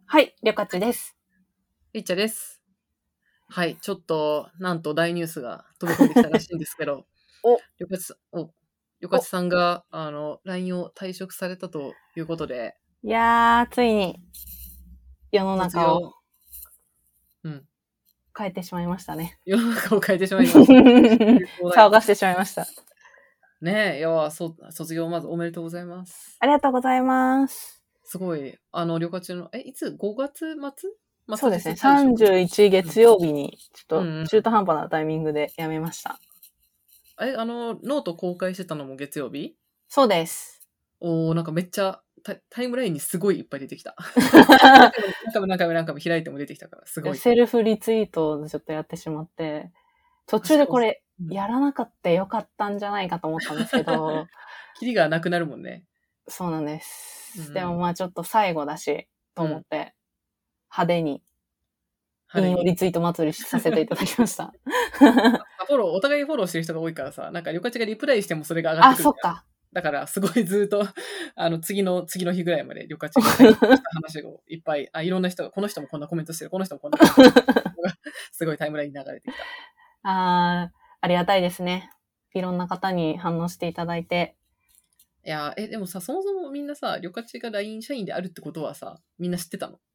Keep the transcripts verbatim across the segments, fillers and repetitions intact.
はい、りょかちです。 いっちゃです。はい、ちょっと、なんと大ニュースが飛び込んできたらしいんですけど、 お、 りょかちさん、お、りょかちお、 さんが、あの、ライン を退職されたということで、 いやー、ついに世の中を卒業、うん、 変えてしまいましたね。 世の中を変えてしまいました。おめでとうござい騒がしてます。 しまいました。 ねえ、いや、そ、卒業まずおめでとうございます。 ありがとうございます。 すごい、あの、りょかちの、え、いつ ?ご 月末末そうですね、 日退職。 さんじゅういちうん。 月曜日に、ちょっとうんうん。 中途半端なタイミングで辞めました。 え、あの、ノート公開してたのも月曜日？ そうです。 おー、なんかめっちゃタ、タイムラインにすごいいっぱい出てきた。何回も何回も何回も何回も開いても出てきたから、すごい。 セルフリツイートをちょっとやってしまって、途中でこれ、 うん、 やらなかったよかったんじゃないかと思ったんですけど、 キリがなくなるもんね。 そうなんです。 うんうん、 でもまあちょっと最後だし、と思って、派手に引用派手に。 リツイート祭りさせていただきました。 フォロー、お互いフォローしてる人が多いからさ、なんか、りょかちがリプライしてもそれが上がってあ、 くるじゃん。 そっか。 だから、すごいずっと、あの、次の、次の日ぐらいまで、りょかちが書いてた話をいっぱい、あ、いろんな人が、この人もこんなコメントしてる、この人もこんなコメントしてる。すごいタイムラインに流れてきた。 あー、ありがたいですね。いろんな方に反応していただいて。 いや、え、でもさ、そもそもみんなさ、りょかちが ライン 社員であるってことはさ、みんな知ってたの？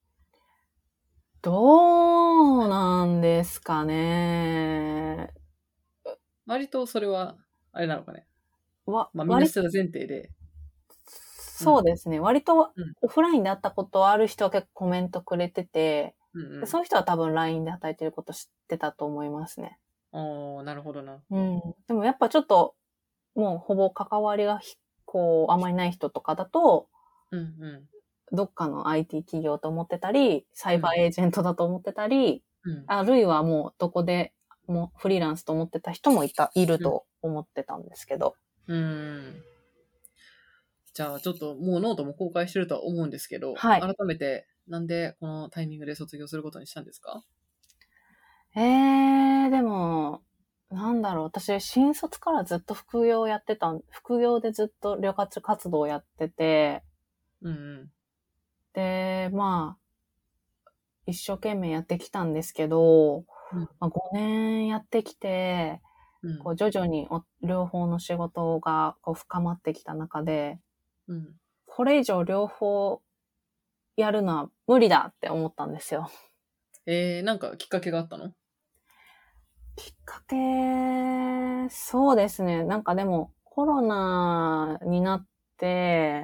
どうなんですかね。 割とそれは、あれなのかね。 わ、 まあ、みんな知割、 ってた前提で。うん。 そうですね。割とうん。 オフラインで会ったことある人は結構コメントくれてて、 うんうん。 そういう人は多分 ライン で働いてること知ってたと思いますね。 ああ、なるほどな。 うん。でもやっぱちょっと、もうほぼ関わりがひこう、あんまりない人とかだと、 うんうん。 どっかの アイティー 企業と思ってたり、サイバーうんエージェントだと思ってたり、 うん。 あるいはもうどこでもうフリーランスと思ってた人もいた、いるうん。 と思ってたんですけど。 うーん。じゃあ、ちょっともうノートも公開してるとは思うんですけど、 はい。 改めて、なんでこのタイミングで卒業することにしたんですか？ えー、でも、なんだろう、私、新卒からずっと副業やってた、副業でずっと旅活活動やってて、 うんうん。 で、まあ、一生懸命やってきたんですけど、 うんまあ、ごねんやってきて、 うんこう徐々にお両方の仕事がこう深まってきた中で、 うん。 これ以上両方やるのは無理だって思ったんですよ。 えー、なんかきっかけがあったの？ きっかけ、そうですね。なんかでもコロナになって、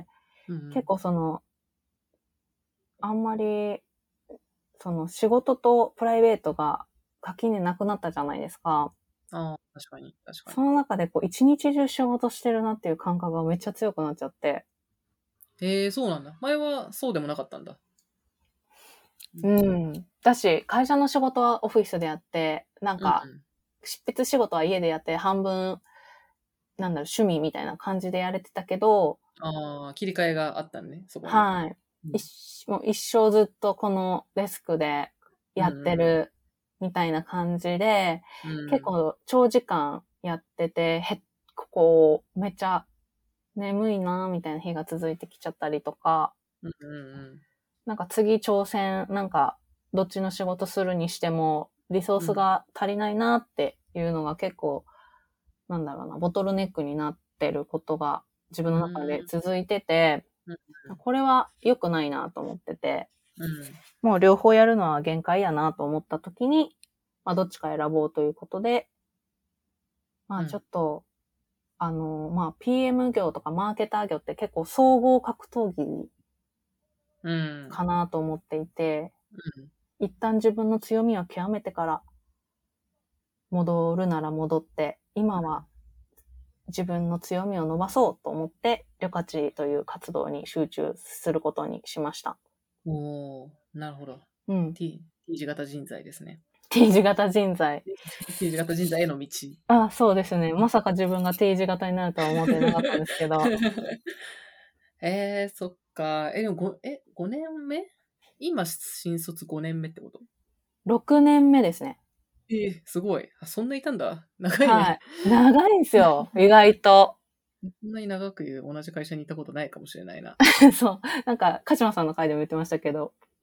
結うん構その、あんまり、その仕事とプライベートが垣根なくなったじゃないですか。 うん。ああ、確かに、確かに。 その中でこう一日中仕事してるなっていう感覚がめっちゃ強くなっちゃって。 えー、そうなんだ。前はそうでもなかったんだ。うんうん。だし、会社の仕事はオフィスでやって、なんうんか、執筆仕事は家でやって、半分、なんだろう、趣味みたいな感じでやれてたけど、 ああ、切り替えがあったね、そこに。 はい。 うん。 一もう一生ずっとこのデスクでうんやってるみたいな感じで、 うん。 結構長時間やってて、へ、こう、めっちゃ眠いなみたいな日が続いてきちゃったりとか、 うんうんうん。 なんか次挑戦、なんかどっちの仕事するにしてもリソースが足りないなっていうのが結構、なんだろうな、ボトルネックになってることが自分の中で続いてて、 うんこれは良くないなと思ってて、 うん。 もう両方やるのは限界やなと思った時に、まあどっちか選ぼうということで、まあちょっと、あの、まあ ピーエム 業とかマーケター業って結構総合格闘技うん。 かなと思っていて、 うん一旦自分の強みを極めてから戻るなら戻って、今は自分の強みを伸ばそうと思って、旅価値という活動に集中することにしました。 おー、なるほど。 うん。 T、T 字型人材ですね。 T 字型人材。 T 字型人材への道。 あ、そうですね。まさか自分が T 字型になるとは思ってなかったんですけど。 えー、そっか。え、でもご、え、ごねんめ？今、新卒ごねんめってこと？ ろくねんめですね。 えー、すごい。あ、そんないたんだ。長いね。 はい。長いんですよ。意外と。 そんなに長く同じ会社にいたことないかもしれないな。 そう。なんか、鹿島さんの回でも言ってましたけど、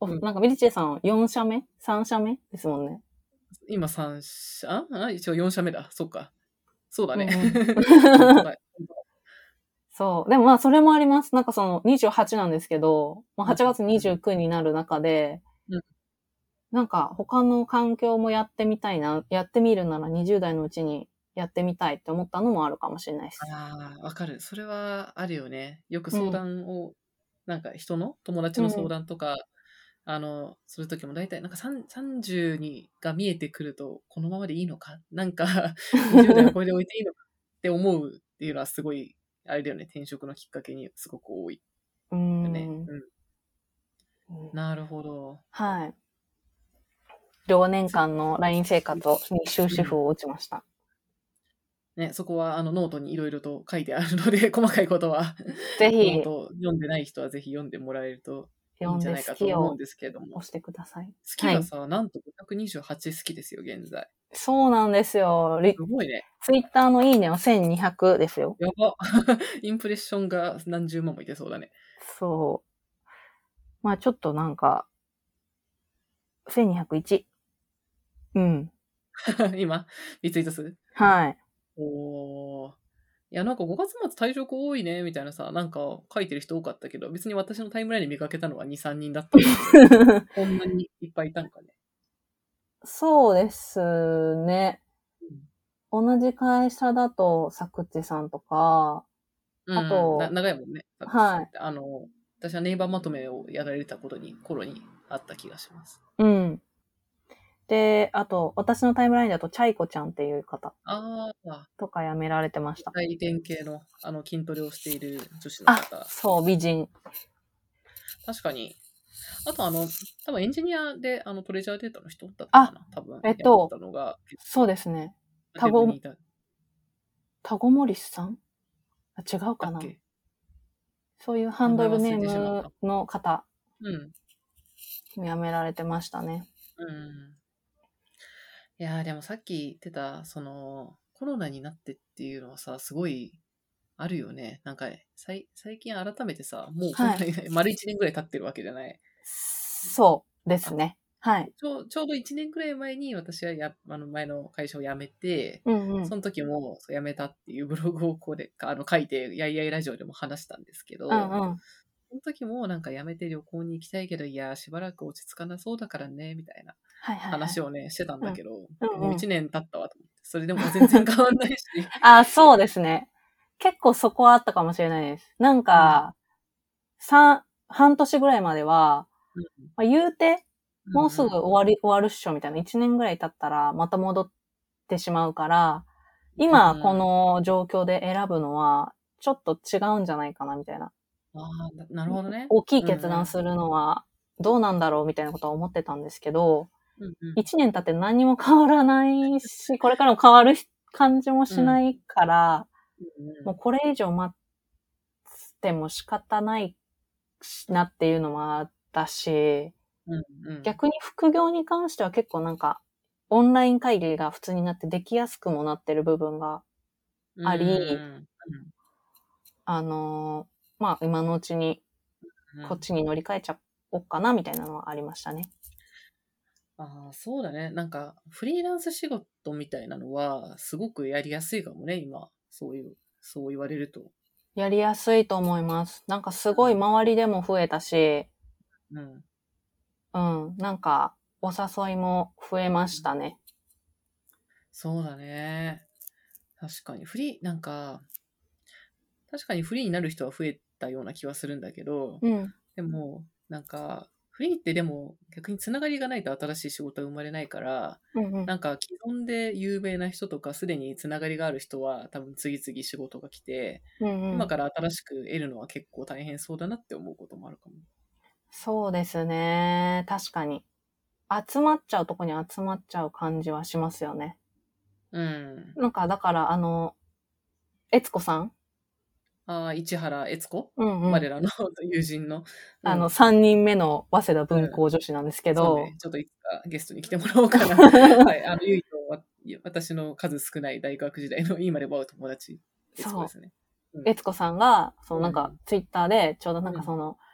うんなんかミリチェさんよん社目 ?さん 社目ですもんね。 今さん社、あ一応よん社目だ。そっか。そうだね。 うんうん本当だ。 そう。でもまあそれもあります。なんかそのにじゅうはちなんですけど、まあ、 うんはちがつにじゅうくになる中で、 うんなんか他の環境もやってみたいな、やってみるならにじゅう代のうちにやってみたいって思ったのもあるかもしれないです。 ああ、わかる。それはあるよね。よく相うん。 談を、なんか人の友達の相談とか、あの、するときも大体、なんかさんさんじゅうにが見えてくると、このままでいいのかなんか、にじゅう代はこれで置いていいのかって思うっていうのはすごい、あれだよね。転職のきっかけにすごく多いうよん。 ね。うん。 うんなるほど。 はい。両年さ間の ライン 生活に終止符を打ちました。 ね、そこはあのノートにいろいろと書いてあるので、細かいことは、 ぜひノート読んでない人はぜひ読んでもらえるといいん読んでじゃないか好きをと思うんですけれども。 押してください。 好きがさ、なんとごひゃくにじゅうはち好きですよ、現在。 そうなんですよ。リすごいね。 ツイッターのいいねはせんにひゃくですよ。 やば。インプレッションが何十万もいけそうだね。 そう。まあちょっとなんか、せんにひゃくいち。うん。 今、リツイートするはい。 おー。いや、なんかごがつ末退職多いね、みたいなさ、なんか書いてる人多かったけど、別に私のタイムラインで見かけたのはに、さんにんだったんだけど、こんなにいっぱいいたんかね。 そうですね。 うん同じ会社だと、さくちさんとか、 うん、 あとな長いもんね、さくちさんはいって。あの、私はネイバーまとめをやられたことに、頃にあった気がします。 うん。で、あと、私のタイムラインだと、チャイコちゃんっていう方ああ、 とか辞められてました。 代理店系のあの筋トレをしている女子のあ、 方。 そう、美人。 確かに。あとあの、多分エンジニアであのトレジャーデータの人だったかな多分。 えっとやったのが、 そうですね。 タゴにいた。 タゴモリスさんあ違うかなだっけそういうハンドルネー名前忘れてしムの方、 うん。 辞められてましたね。 うん。いやーでもさっき言ってた、その、コロナになってっていうのはさ、すごいあるよね。なんか、さい最近改めてさ、もうはい本当に丸一年ぐらい経ってるわけじゃない。 そうですね。はい。 ちょうちょうどいちねんぐらい前に私はやあの前の会社を辞めて、 うんうん。 その時もそう辞めたっていうブログをこれあの書いて、やいやいラジオでも話したんですけど、 うんうん。 その時もなんか辞めて旅行に行きたいけど、いや、しばらく落ち着かなそうだからね、みたいなはいはい、はい。 話をね、してたんだけど、 うんうんもういちねん経ったわと思って、それでも全然変わんないし。 あ、そうですね。結構そこはあったかもしれないです。なんか、三、半年ぐらいまでは、 うんまあ、言うて、もうすぐうんうん終わり、終わるっしょみたいな。いちねんぐらい経ったらまた戻ってしまうから、今この状況で選ぶのは、ちょっと違うんじゃないかなみたいな。 ああ、ななるほどね。 大きい決断するのはどうなんだろうみたいなことは思ってたんですけど、 うんうんいちねん経って何も変わらないし、これからも変わる感じもしないから、 うんうんもうこれ以上待っても仕方ないなっていうのもあったし、 うんうん逆に副業に関しては結構なんか、オンライン会議が普通になってできやすくもなってる部分があり、 うんあのーまあ今のうちにうんこっちに乗り換えちゃおうかなみたいなのはありましたね。 ああ、そうだね。なんか、フリーランス仕事みたいなのは、すごくやりやすいかもね、今。そういう、そう言われると。 やりやすいと思います。なんかすごい周りでも増えたし、 うん。 うん、なんかお誘いも増えましたね。 そうだね。確かに。フリー、なんか、確かにフリーになる人は増えたような気はするんだけど、 うん。 でも、なんか、フリーってでも逆につながりがないと新しい仕事は生まれないから、 うんうん。 なんか既存で有名な人とかすでにつながりがある人は多分次々仕事が来て、 うんうん。 今から新しく得るのは結構大変そうだなって思うこともあるかも。 そうですね。確かに。集まっちゃうとこに集まっちゃう感じはしますよね。 うん。 なんかだからあの、悦子さんああ、市原悦子うんうん。 我らの友人の。うあの、 ん。 さんにんめの早稲田文うん。 工女子なんですけど、 そうね。ちょっといつかゲストに来てもらおうかな。はい。あの、唯一のわ私の数少ない大学時代の今でも会う友達、悦子でそすね。うう。 ん。 悦子さんが、そのなんかうん。 ツイッターでちょうどなんうん。 かその、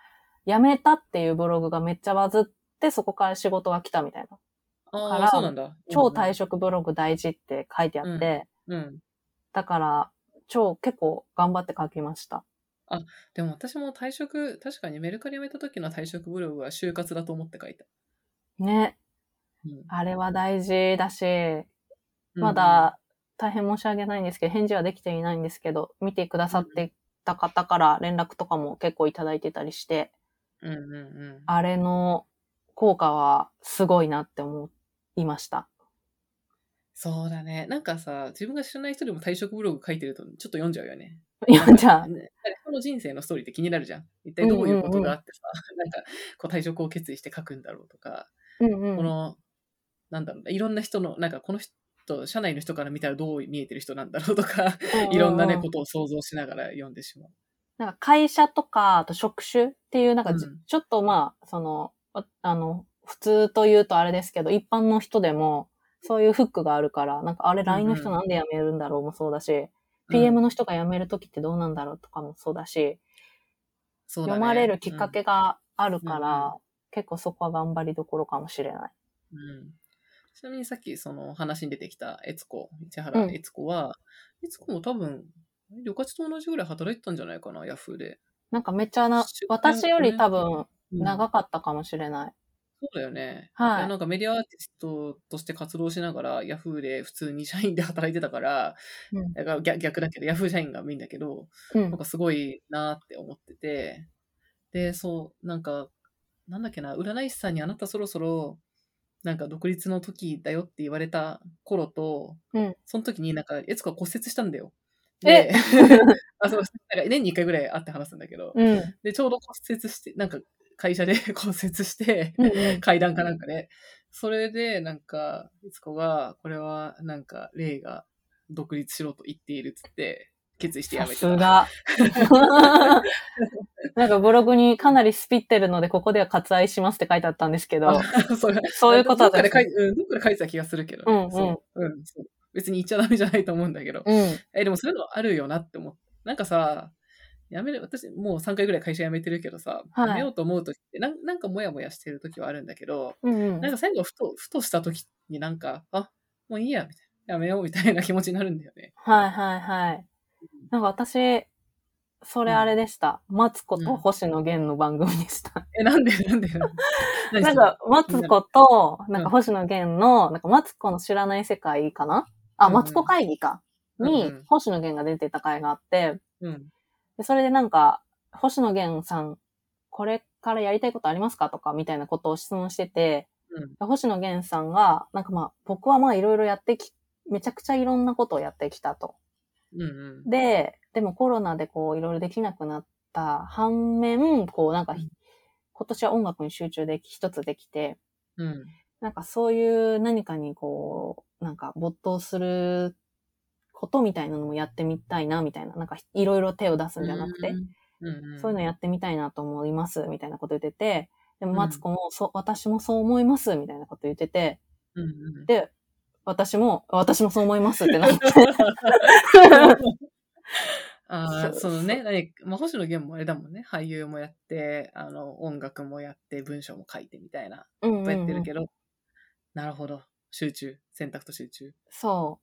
辞めたっていうブログがめっちゃバズって、そこから仕事が来たみたいな。かああ、 ら、 そうなんだ。 超退職ブログ大事って書いてあって、 うん。うん。 だから、超結構頑張って書きました。 あ、でも私も退職、確かにメルカリ辞めた時の退職ブログは就活だと思って書いた。 ね。 うん。 あれは大事だし、 うんうん、 まだ大変申し訳ないんですけど、返事はできていないんですけど、見てくださってた方から連絡とかも結構いただいてたりして、 うんうんうん、 あれの効果はすごいなって思いました。 そうだね。なんかさ、自分が知らない人でも退職ブログ書いてるとちょっと読んじゃうよね。 いや、じゃあ、 ね、人の人生のストーリーって気になるじゃん。一体どういうことがあってさ、うんうんうん、なんかこう退職を決意して書くんだろうとか、 うんうん、 この、なんだろう、いろんな人の、なんかこの人、社内の人から見たらどう見えてる人なんだろうとか、うんうんうん、いろんなね、ことを想像しながら読んでしまう。 なんか会社とか、あと職種っていう、なんか、うん、ちょっとまあ、その、あの、普通というとあれですけど、一般の人でも、そういうフックがあるから、なんかあれ ライン の人なんで辞めるんだろうもそうだし、うんうん、ピーエム の人が辞めるときってどうなんだろうとかもそうだし、そうだね、読まれるきっかけがあるから、うんうん、結構そこは頑張りどころかもしれない。 うん、ちなみにさっきその話に出てきた悦子、市原悦子は、悦子も多分、旅客と同じぐらい働いてたんじゃないかな、ヤフーで。 なんかめっちゃな、私より多分長かったかもしれない。 そうだよね。 はい。 いや、なんかメディアアーティストとして活動しながら、ヤフーで普通に社員で働いてたから、うん、だから逆逆だけど、ヤフー社員が見んだけど、うん、なんかすごいなーって思ってて、で、そう、なんか、なんだっけな、占い師さんにあなたそろそろ、なんか独立の時だよって言われた頃と、うん、その時になんか、悦子が骨折したんだよ。で、あ、そう、なんか年にいっかいぐらい会って話すんだけど、うん、で、ちょうど骨折して、なんか会社で骨折して、うんうん、階段かなんかで、それでなんか、悦子が、これはなんか、霊が独立しろと言っているっつって、決意してやめてた。 さすが。なんかブログにかなりスピってるので、ここでは割愛しますって書いてあったんですけど、そうそういうことだったんです、 ね。どっかで書いてた気がするけど、ね、うんうん、そう、うん、そう。別に言っちゃダメじゃないと思うんだけど、うん、え、でもそういうのあるよなって思って。なんかさ、辞める、私もうさんかいぐらい会社辞めてるけどさ、はい、辞めようと思うときってな、なんかモヤモヤしてるときはあるんだけど、うんうん、なんか最後ふと、ふとしたときになんか、あ、もういいや、みたいな。辞めようみたいな気持ちになるんだよね。 はいはいはい。なんか私、それあれでした。うん、マツコと星野源の番組でした。 うん、え、なんでなんでなんか、マツコと、なんか星野源の、なんかマツコの知らない世界かな、あ、うんうん、マツコ会議か。に、星野源が出てた回があって、うん、でそれでなんか、星野源さん、これからやりたいことありますかとか、みたいなことを質問してて、うん、星野源さんが、なんかまあ、僕はまあいろいろやってき、めちゃくちゃいろんなことをやってきたと。うんうん、で、でもコロナでこういろいろできなくなった反面、こうなんか、うん、今年は音楽に集中でき、一つできて、うん、なんかそういう何かにこう、なんか没頭することみたいなのもやってみたいな、みたいな。なんかいろいろ手を出すんじゃなくて、うんうんうん、そういうのやってみたいなと思います、みたいなこと言ってて、でもマツコも、そ、私もそう思います、みたいなこと言ってて、うんうん、で、私も、私もそう思いますってなって。 ああ、そのね、何、まあ、星野源もあれだもんね、俳優もやって、あの、音楽もやって、文章も書いてみたいな、うんうんうん、やってるけど、なるほど。集中。選択と集中。 そう。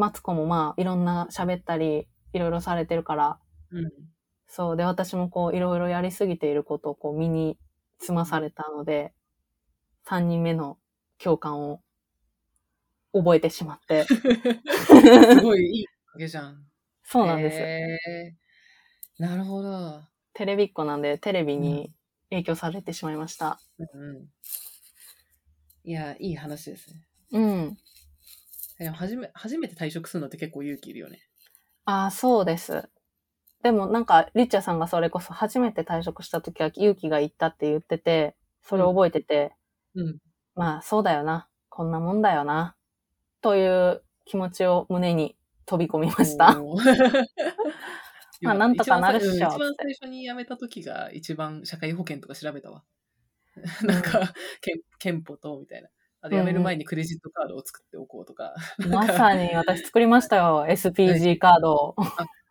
マツコもまあ、いろんな喋ったり、いろいろされてるから、うん、そう。で、私もこう、いろいろやりすぎていることをこう、身につまされたので、さんにんめの共感を覚えてしまって。 すごいいいわけじゃん。 そうなんです。 えー、なるほど。 テレビっ子なんで、テレビに影響されてしまいました。 うんうん、いや、いい話ですね。 うん。 初め、初めて退職するのって結構勇気いるよね。 ああ、そうです。でもなんか、リッチャーさんがそれこそ初めて退職した時は勇気がいったって言ってて、それを覚えてて、うんうん、まあ、そうだよな。こんなもんだよな。という気持ちを胸に飛び込みました。まあ、なんとかなるっしょ。 一番最初に辞めた時が一番社会保険とか調べたわ。なんか、うん、憲法と、みたいな。あと辞める前にクレジットカードを作っておこうとか。 うん、まさに私作りましたよ。エスピージー カードを。 あ、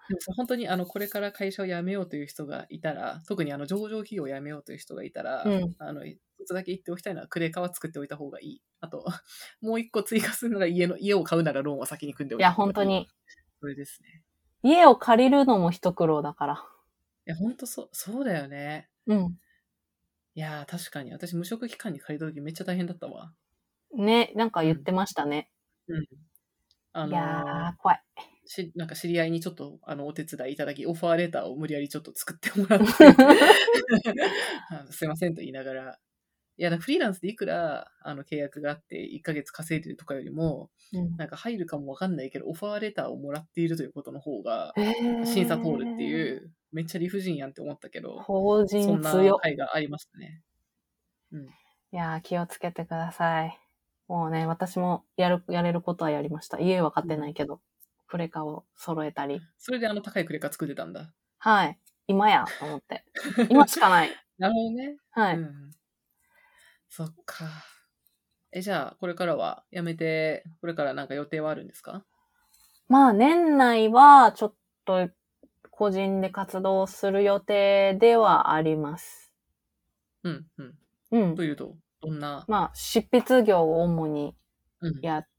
でもさ、本当にあの、これから会社を辞めようという人がいたら、特にあの、上場企業を辞めようという人がいたら、 うん。 あの、一つだけ言っておきたいのは、クレカは作っておいた方がいい。あと、もう一個追加するなら家の、家を買うならローンは先に組んでおいや、 いた方がいい。 本当に。 それですね。 家を借りるのも一苦労だから。 いや、本当そう、そうだよね。 うん。 いやー、確かに。私、無職期間に借りた時めっちゃ大変だったわ。 ね、なんかうん。 言ってましたね。 うん。あいやのー、怖い。 ーし、なんか知り合いにちょっと、あの、お手伝いいただき、オファーレターを無理やりちょっと作ってもらってあのすいませんと言いながら、いや、フリーランスでいくら、あの、契約があっていっかげつ稼いでるとかよりも、 うん、 なんか入るかもわかんないけど、オファーレターをもらっているということの方が、 へ審査通るってー。 いう、めっちゃ理不尽やんって思ったけど、 法そんな人強。 会がありましたね。うん。 いやー、気をつけてください。もうね、私もやる、やれることはやりました。家は買ってないけど、クレカを揃えたり。 それであの高いクレカ作ってたんだ。 はい。今や、と思って。今しかない。 なるほどね。 はい。 うん。そっか。え、じゃあ、これからは辞めて、これからなんか予定はあるんですか？ まあ、年内は、ちょっと、個人で活動する予定ではあります。 うん、うん。 うん。 というと、どんな、 まあ、執筆業を主にうん、 やって、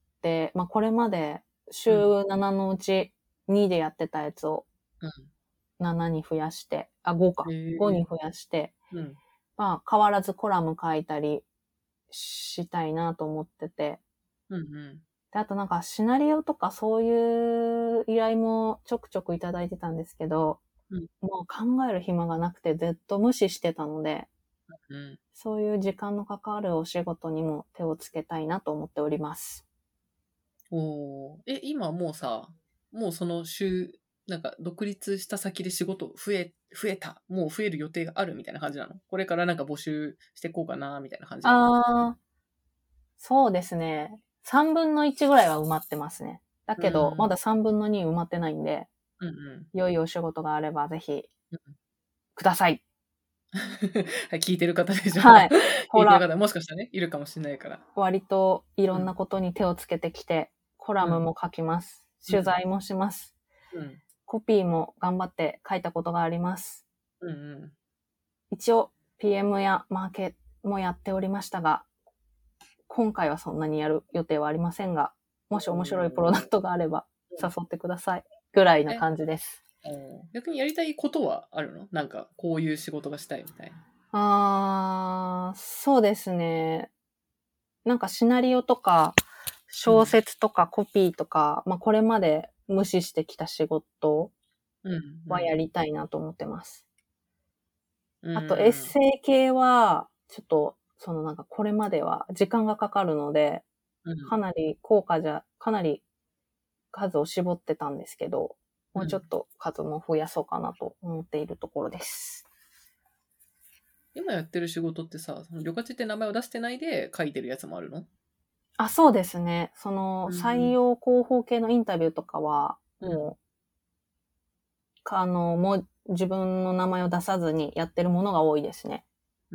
まあ、これまでうん、 週ななのうちにでやってたやつをうななに増やして、あ、ごか。 ん。へごにえ、 増やして、 うん、 まあ、変わらずコラム書いたりしたいなと思ってて。 うん、うん。 で、あとなんかシナリオとかそういう依頼もちょくちょくいただいてたんですけど、 うん、 もう考える暇がなくてずっと無視してたので、 うん。 そういう時間のかかるお仕事にも手をつけたいなと思っております。 おー。え、今もうさ、もうその週、なんか独立した先で仕事増え、増えた。もう増える予定があるみたいな感じなの？これからなんか募集していこうかな、みたいな感じなの？ あー、そうですね。さんぶんのいちぐらいは埋まってますね。だうけど、まん、 ださんぶんのに埋まってないんで、 うん、うん。 良いお仕事があればぜひうん。 ください。 はい、聞いてる方でじゃあ、 はい。 聞ほら、 いてる方、もしかしたらね、いるかもしれないから。 割といろうん、 んなことに手をつけてきて、コラうん、 ムも書きます。 うん、 取材もします。 うん、 コピーも頑張って書いたことがあります。 うん、うん。 一応 ピーエム やマーケもやっておりましたが、今回はそんなにやる予定はありませんが、もし面白いプロダクトがあればうん。 誘ってください。ぐらいなえ、 感じです。 お逆にやりたいことはあるの？なんか、こういう仕事がしたいみたいな。 あー、そうですね。なんかシナリオとか小うん。 説とかコピーとか、まあこれまで無視してきた仕事うん、うん。 はやりたいなと思ってます。 うあとエッん。 セイ系は、ちょっと、そのなんかこれまでは時間がかかるので、 うん。 かなり効果じゃ、かなり数を絞ってたんですけど、もうちょっうん。 と数も増やそうかなと思っているところです。 今やってる仕事ってさ、その旅客って名前を出してないで書いてるやつもあるの？ あ、そうですね。そのうん。 採用広報系のインタビューとかは、 うん。 もう、あの、もう自分の名前を出さずにやってるものが多いですね。 うん。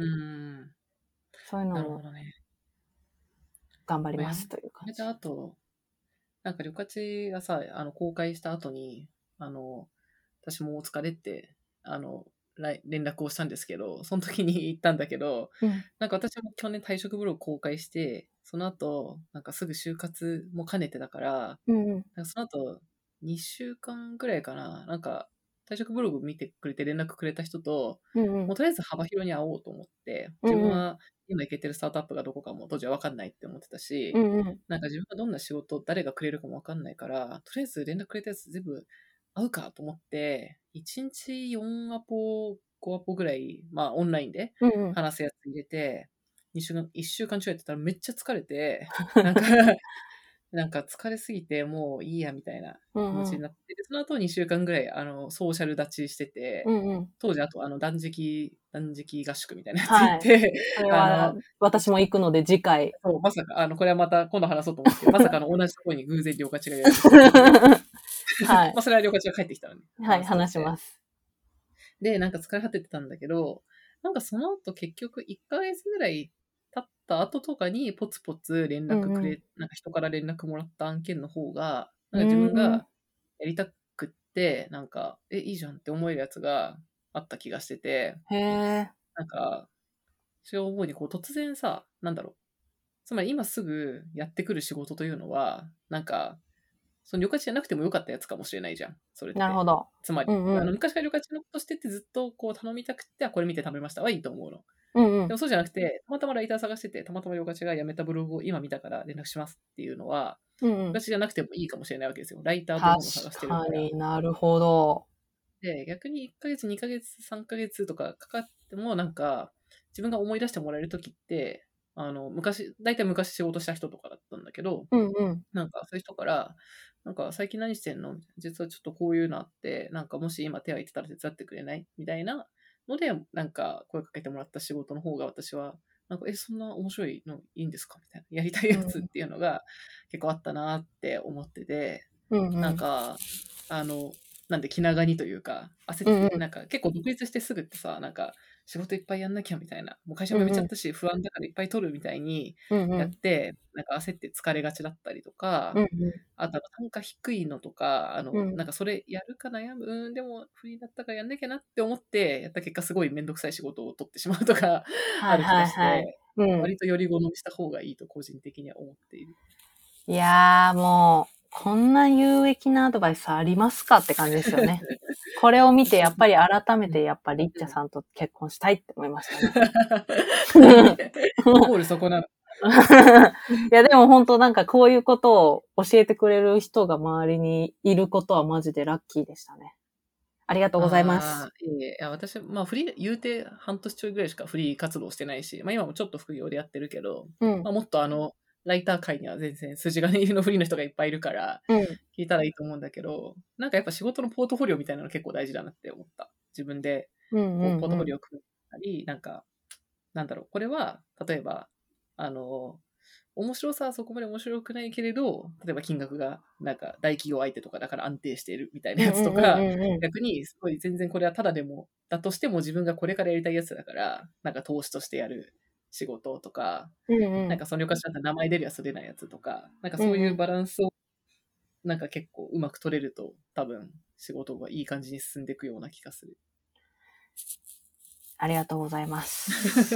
そういうのもなるほどね。 頑張りまあ、やますという感めたじ。 後、なんか旅客がさ、あの、公開した後に、あの、私もお疲れって、あの、来連絡をしたんですけど、その時に言ったんだけど、 うん。 なんか私も去年退職ブログ公開して、その後、なんかすぐ就活も兼ねてだから、 うんうん。 なんかその後、にしゅうかんぐらいかな、なんか退職ブログ見てくれて連絡くれた人と、 うんうん。 もうとりあえず幅広に会おうと思って、 うんうん。 自分は今行けてるスタートアップがどこかも当時は分かんないって思ってたし、 うんうん。 なんか自分がどんな仕事、誰がくれるかも分かんないから、とりあえず連絡くれたやつ全部会うかと思って、いちにちよんアポ、ごアポぐらい、まあオンラインでうんうん。 話すやつ入れて、にしゅうかん、いっしゅうかんちょいやってたらめっちゃ疲れて、なんかなんか疲れすぎてもういいやみたいな気持うんうん。 ちになって、でその後にしゅうかんぐらい、あの、ソーシャル立ちしてて、 うんうん。 当時あとあの断食、断食合宿みたいなやつ行っはい。 て、 それはあの、 私も行くので次回。 そう、まさか、あの、これはまた今度話そうと思うんですけど、まさかの同じところに偶然両勝ちが予約してたっていう。 はまあ、 い。 それは両勝ちが帰ってきたのにはい、 話すとして。 話します。 で、なんか疲れ果ててたんだけど、なんかその後結局いっかげつぐらい経った後とかにポツポツ連うんうん。 絡くれ、なんか人から連絡もらった案件の方が、なんか自うーん。 分がやりたくっ 、なんか、え、いいじゃんって思えるやつがあった気がしてて、 へえ。 なんか、それを思うに、こう、突然さ、なんだろう。つまり今すぐやってくる仕事というのは、なんか、その旅客じゃなくてもよかったやつかもしれないじゃん、それって。 なるほど。 つまり、 うんうん。 あの、昔から旅客のことしてってずっとこう頼みたくて、あ、これ見て頼みましたはいいと思うの。 うんうん。 でもそうじゃなくて、たまたまライター探してて、たまたま旅客が辞めたブログを今見たから連絡しますっていうのは、 うんうん。 旅客じゃなくてもいいかもしれないわけですよ。ライターという確ものを探してるから。 かになるほど。 で、逆にいっかげつ、にかげつ、さんかげつとかかかっても、なんか、自分が思い出してもらえるときって、あの、昔、大体昔仕事した人とかだったんだけど、 うんうん。 なんかそういう人から、なんか最近何してんの実はちょっとこういうのあって、なんかもし今手空いてたら手伝ってくれないみたいなので、なんか声かけてもらった仕事の方が私は、なんか、え、そんな面白いのいいんですかみたいな。やりたいやつっていうのが結構あったなって思ってて、 うんうん。 なんか、あの、なんで気長にというか、焦っうんうん。 なんか結構独立してすぐってさ、なんか仕事いっぱいやんなきゃみたいな、もう会社うんうん。 も辞めちゃったし不安だからいっぱい取るみたいにうんうん。 やって、なんか焦って疲れがちだったりとか、 うんうん。 あと単価低いのとか、あの、 うん。 なんかそれやるか悩む、うん、でもフリーだったからやんなきゃなって思って、やった結果すごいめんどくさい仕事を取ってしまうとかはいある気がはいはい。 して、 うん。 割とより好みした方がいいと個人的には思っている。 いやーもう、こんな有益なアドバイスありますかって感じですよね。これを見てやっぱり改めうんてやっぱりリッチャうんさんと結婚したいって思いましたね。 何ゴールそこなの。 いやでも本当なんかこういうことを教えてくれる人が周りにいることはマジでラッキーでしたね。ありがとうございます。 ああ、いえいえ、いや、私、まあ、フリー、言うて半年ちょいぐらいしかフリー活動してないし、まあ、今もちょっと副業でやってるけど、 うん。 まあ、もっとあの、ライター界には全然筋金入りのフリーの人がいっぱいいるから、 うん。 聞いたらいいと思うんだけど、なんかやっぱ仕事のポートフォリオみたいなの結構大事だなって思った。自分で、 うんこう、ポートうんうん。 フォリオを組んだり、なんか、なんだろう、これは、例えば、あの、面白さはそこまで面白くないけれど、例えば金額がなんか大企業相手とかだから安定しているみたいなやつうんうんうんとか、 うんうん。 逆にすごい全然これはただでも、だとしても自分がこれからやりたいやつだから、なんか投資としてやる仕事とか、 うんうん。 なんかその旅館だったら名前出るやつ出ないやつとか、なんかそういううんうん。 バランスをなんか結構うまく取れると多分仕事がいい感じに進んでいくような気がする。 ありがとうございます。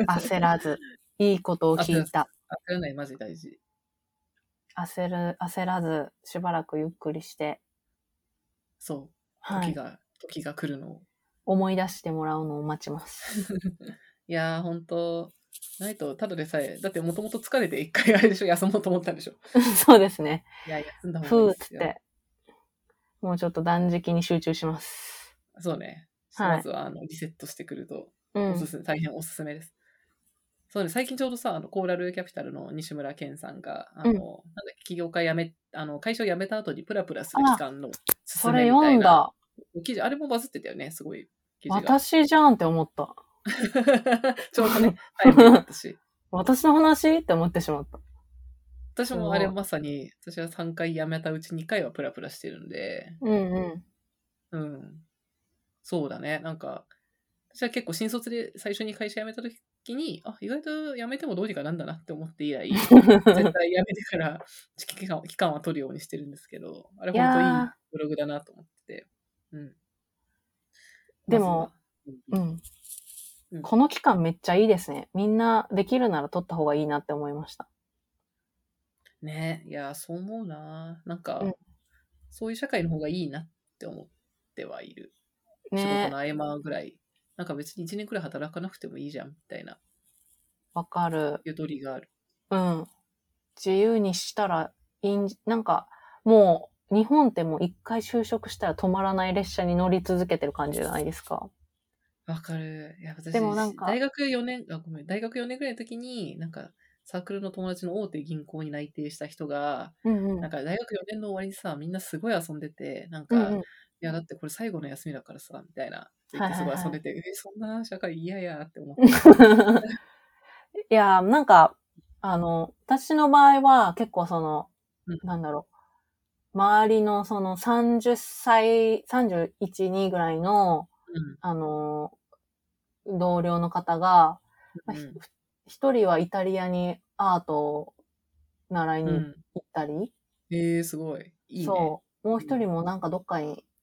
焦らず、いいことを聞焦らいた。 焦らないマジ大事。 焦る、焦らず、しばらくゆっくりして、 そう。 はい。 時が、時が来るのを。 思い出してもらうのを待ちます。 いやー、ほんと、ないと、ただでさえ、だってもともと疲れて一回あれでしょ、休もうと思ったんでしょ。 そうですね。 いや、休んだ方がいいふーっすよ。 っつって、もうちょっと断食に集中します。 そうね。 はい。 まずは、あの、リセットしてくると、 うん。 おすすめ、大変おすすめです。そうね、最近ちょうどさ、あの、コーラルキャピタルの西村健さんが、あうん。 の、なんだっけ、起業家辞め、あの、会社を辞めた後にプラプラする期あ、 間のそれ勧めみたいな読んだ。 記事、あれもバズってたよね、すごい記事が。 私じゃんって思った。 ちょうどね、タイムリーだったし。 私の話って思ってしまった。 私もあれすごい。 まさに、私はさんかい辞めたうちにかいはプラプラしてるんで、 うんうん。 うん。そうだね。なんか、私は結構新卒で最初に会社辞めた時に、あ、意外と辞めてもどうにかなんだなって思って以来、絶対辞めてから期間期間は取るようにしてるんですけど、あれい本当いいやブログだなと思ってて。うん。 ー、でも、 まずは。うんうん。 うん。 この期間めっちゃいいですね。みんなできるなら取った方がいいなって思いました。 ねいや、そう思うな。なんうん。 か、そういう社会の方がいいなって思ってはいる。仕事ね、 の合間ぐらい。なんか別にいちねんくらい働かなくてもいいじゃん、みたいなわかる。 ゆとりがある。 うん。自由にしたらいいん、なんか、もう、日本ってもう一回就職したら止まらない列車に乗り続けてる感じじゃないですか。 わかる。いや、 でもなん私、大か、 学よねん、あ、ごめん、大学よねんぐらいの時に、なんか、サークルの友達の大手銀行に内定した人が、 うんうん。 なんか大学よねんの終わりにさ、みんなすごい遊んでて、なんか、 うんうん。 いや、だってこれ最後の休みだからさ、みたいな、言っはいてすはいはい。 ごい遊んでて、え、そんな社会嫌やって思って。 いや、なんか、あの、私の場合は結構その、 うん、 なんだろう、周りのそのさんじゅっさい、さんじゅういち、にぐらいの、 うん、 あの、同僚の方が、まあひうん、 一人はイタリアにアートを習いにうん。 行ったり、 えー、すごい。いいね。 そう、もううん、 一人もなんかどっかに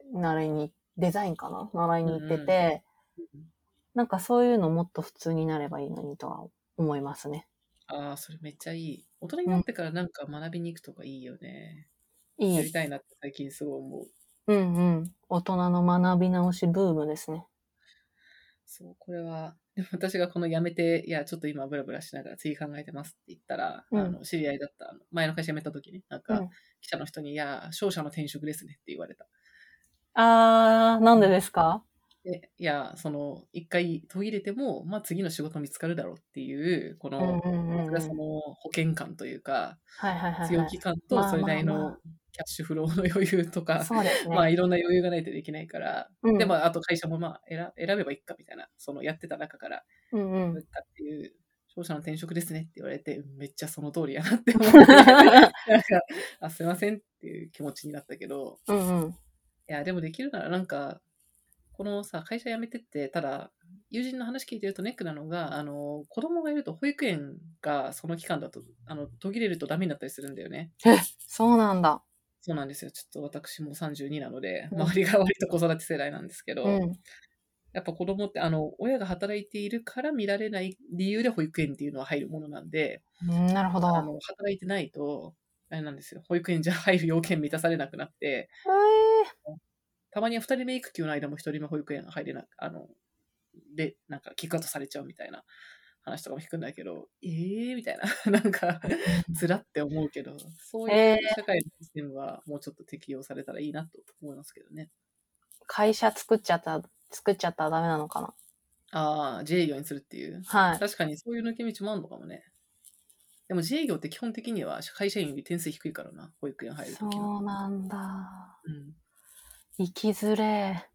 習いに、デザインかな習いに行ってうんて、 うんなんかそういうのもっと普通になればいいのにとは思いますね。 ああ、それめっちゃいい。大人にうん。 なってからなんか学びに行くとかいいよね。 いい。 やりたいなって最近すごい思う。 うんうん。大人の学び直しブームですね。 そう、これは、でも私がこの辞めて、いや、ちょっと今ブラブラしながら次考えてますって言ったら、 うんあの、知り合いだった、あの前の会社辞めた時に、なんか、 うん。 記者の人に、いや、商社の転職ですねって言われた。 あー、なんでですか？ で、いや、その、一回途切れても、まあ次の仕事見つかるだろうっていう、この、 うんうんうんうん。 僕らその保険感というか、 はいはいはいはい。 強気感とまあそれなまあまあ。 りのキャッシュフローの余裕とか、 そうですまあね。 いろんな余裕がないとできないから、で、 うん。 まああと会社もまあ選選べばいいかみたいな、そのやってた中からうんうん。 選ぶかっていう、商社の転職ですねって言われて、めっちゃその通りやなって思って、なんか、あ、すいませんっていう気持ちになったけど、 うんうん。 いや、でもできるならなんか、このさ、会社辞めてって、ただ、友人の話聞いてるとネックなのが、あの、子供がいると保育園がその期間だと、あの、途切れるとダメになったりするんだよね。 え、そうなんだ。 そうなんですよ。ちょっと私もさんじゅうになので、 うん。 周りが割と子育て世代なんですけど、 うん。 やっぱ子供って、あの、親が働いているから見られない理由で保育園っていうのは入るものなんで、 うん、なるほど。 あの、働いてないと、あれなんですよ。保育園じゃ入る要件満たされなくなって、 えー、 たまにはふたりめ育休の間もひとりめ保育園入れなあの、で、なんかキックアウトされちゃうみたいな話とかも聞くんだけど、えーみたいな。なんか、つらって思うけど、そうえいう社会のシステムはもうちょっと適用されたらいいなと思いますけどね。 ー、会社作っちゃった、作っちゃったらダメなのかな。 ああ、自営業にするっていう。 はい。 確かにそういう抜け道もあるのかもね。でも自営業って基本的には会社員より点数低いからな、保育園入るときは。 そうなんだ。 うん。 生きづれ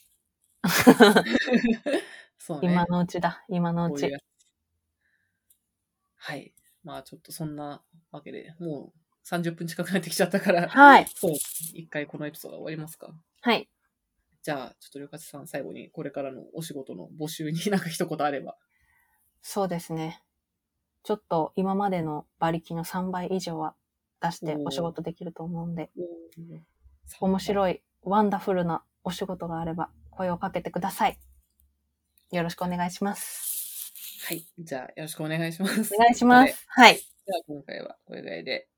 そう今ね。 のうちだ、今のうち。 こういうやつ。はい。まあちょっとそんなわけで、もうさんじゅっぷん近くなってきちゃったから、 はい。 そう、一回このエピソード終わりますか。 はい。 じゃあ、ちょっとりょかつさん、最後にこれからのお仕事の募集になんか一言あれば。 そうですね。ちょっと今までの馬力のさんばい以上は出してお仕事できると思うんで、面白い、ワンダフルなお仕事があれば声をかけてください。よろしくお願いします。 はい。じゃあ、よろしくお願いします。 お願いします。はい。 じゃあ、今回はこれぐらいで。